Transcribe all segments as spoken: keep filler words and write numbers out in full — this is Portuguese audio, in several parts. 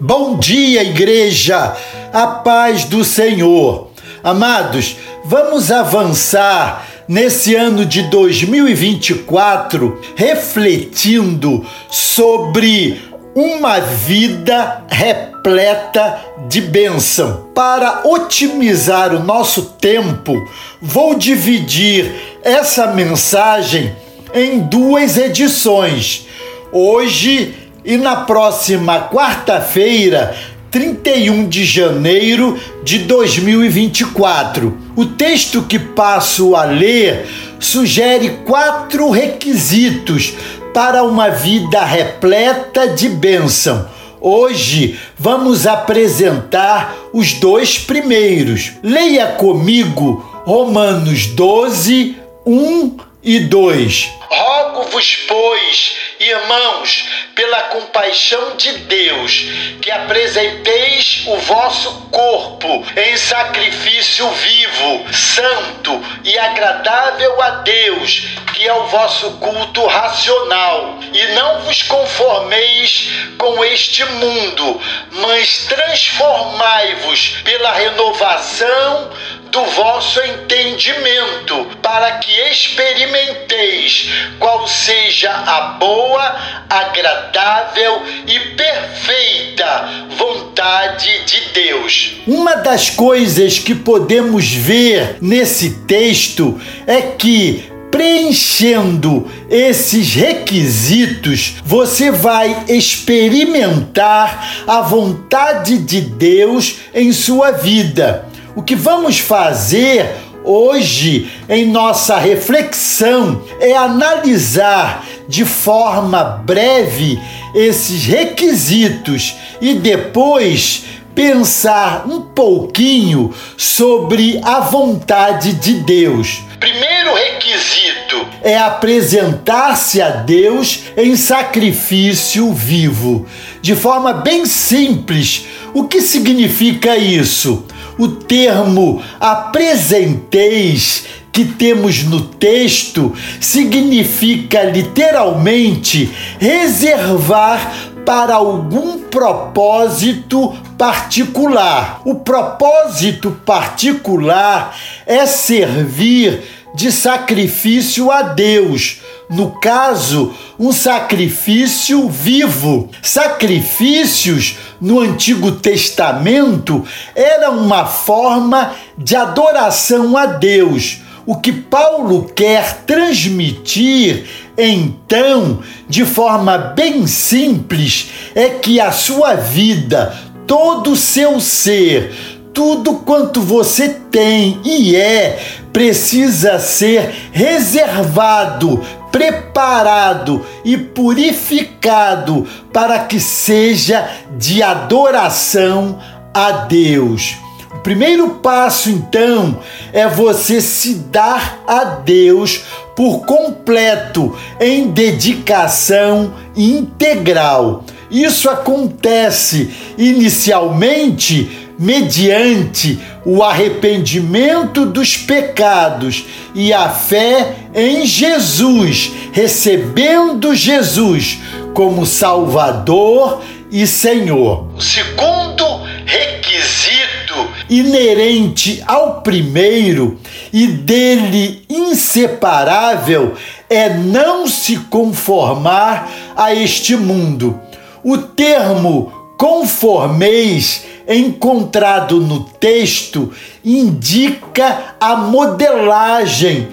Bom dia, igreja! A paz do Senhor. Amados, vamos avançar nesse ano de dois mil e vinte e quatro refletindo sobre uma vida repleta de bênção. Para otimizar o nosso tempo, vou dividir essa mensagem em duas edições. Hoje e na próxima quarta-feira, trinta e um de janeiro de dois mil e vinte e quatro. O texto que passo a ler sugere quatro requisitos para uma vida repleta de bênção. Hoje vamos apresentar os dois primeiros. Leia comigo Romanos doze, um e dois. Rogo-vos, pois, irmãos, pela compaixão de Deus, que apresenteis o vosso corpo em sacrifício vivo, santo e agradável a Deus, que é o vosso culto racional. E não vos conformeis com este mundo, mas transformai-vos pela renovação do vosso entendimento, para que experimenteis qual seja a boa, agradável e perfeita vontade de Deus. Uma das coisas que podemos ver nesse texto é que, preenchendo esses requisitos, você vai experimentar a vontade de Deus em sua vida. O que vamos fazer hoje em nossa reflexão é analisar de forma breve esses requisitos e depois pensar um pouquinho sobre a vontade de Deus. Primeiro requisito é apresentar-se a Deus em sacrifício vivo. De forma bem simples, o que significa isso? O termo apresenteis que temos no texto significa literalmente reservar para algum propósito particular. O propósito particular é servir de sacrifício a Deus. No caso, um sacrifício vivo. Sacrifícios no Antigo Testamento era uma forma de adoração a Deus. O que Paulo quer transmitir, então, de forma bem simples, é que a sua vida, todo o seu ser, tudo quanto você tem e é, precisa ser reservado, preparado e purificado para que seja de adoração a Deus. O primeiro passo, então, é você se dar a Deus por completo, em dedicação integral. Isso acontece inicialmente mediante o arrependimento dos pecados e a fé em Jesus, recebendo Jesus como Salvador e Senhor. O segundo requisito inerente ao primeiro e dele inseparável é não se conformar a este mundo. O termo conformeis encontrado no texto indica a modelagem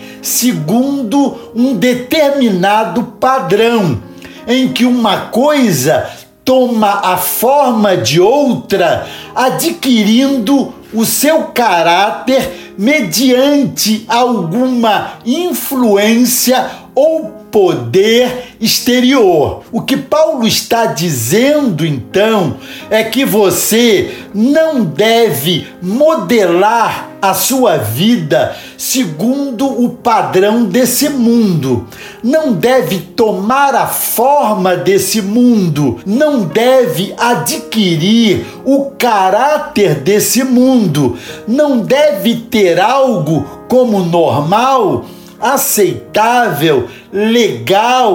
segundo um determinado padrão, em que uma coisa toma a forma de outra, adquirindo o seu caráter mediante alguma influência ou poder exterior. O que Paulo está dizendo, então, é que você não deve modelar a sua vida segundo o padrão desse mundo. Não deve tomar a forma desse mundo. Não deve adquirir o caráter desse mundo. Não deve ter algo como normal, aceitável, legal,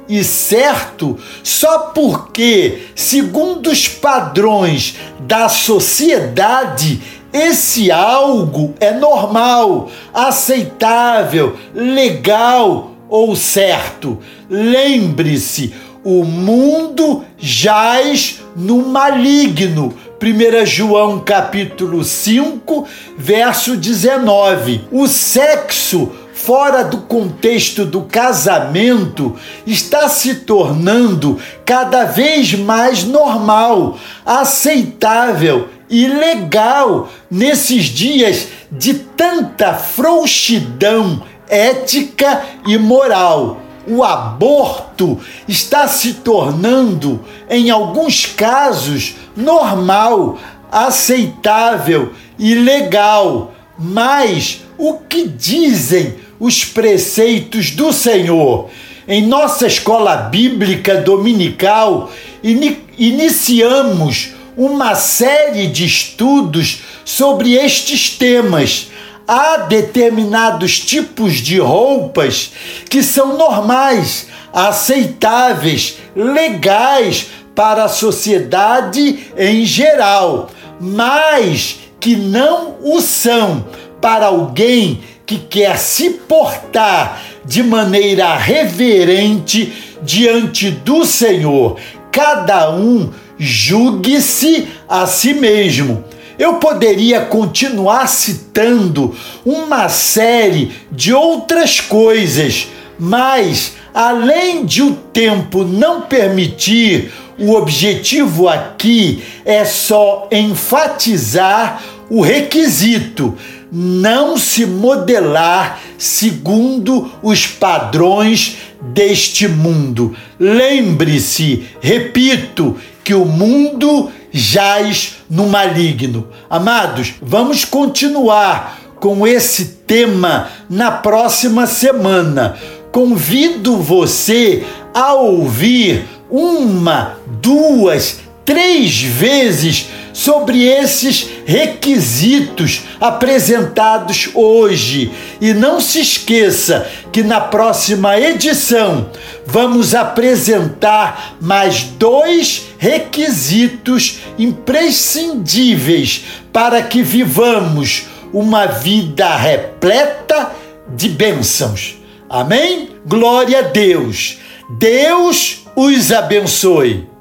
e certo só porque, segundo os padrões da sociedade, esse algo é normal, aceitável, legal ou certo. Lembre-se, o mundo jaz no maligno. primeiro João capítulo cinco, verso dezenove. O sexo fora do contexto do casamento está se tornando cada vez mais normal, aceitável e legal nesses dias de tanta frouxidão ética e moral. O aborto está se tornando, em alguns casos, normal, aceitável e legal. Mas o que dizem os preceitos do Senhor? Em nossa escola bíblica dominical, in- iniciamos uma série de estudos sobre estes temas. Há determinados tipos de roupas que são normais, aceitáveis, legais para a sociedade em geral, mas que não o são para alguém que quer se portar de maneira reverente diante do Senhor. Cada um julgue-se a si mesmo. Eu poderia continuar citando uma série de outras coisas, mas, além de o tempo não permitir, o objetivo aqui é só enfatizar o requisito: não se modelar segundo os padrões deste mundo. Lembre-se, repito, que o mundo jaz no maligno. Amados, vamos continuar com esse tema na próxima semana. Convido você a ouvir uma, duas, três vezes sobre esses requisitos apresentados hoje. E não se esqueça que na próxima edição vamos apresentar mais dois requisitos imprescindíveis para que vivamos uma vida repleta de bênçãos. Amém? Glória a Deus. Deus os abençoe.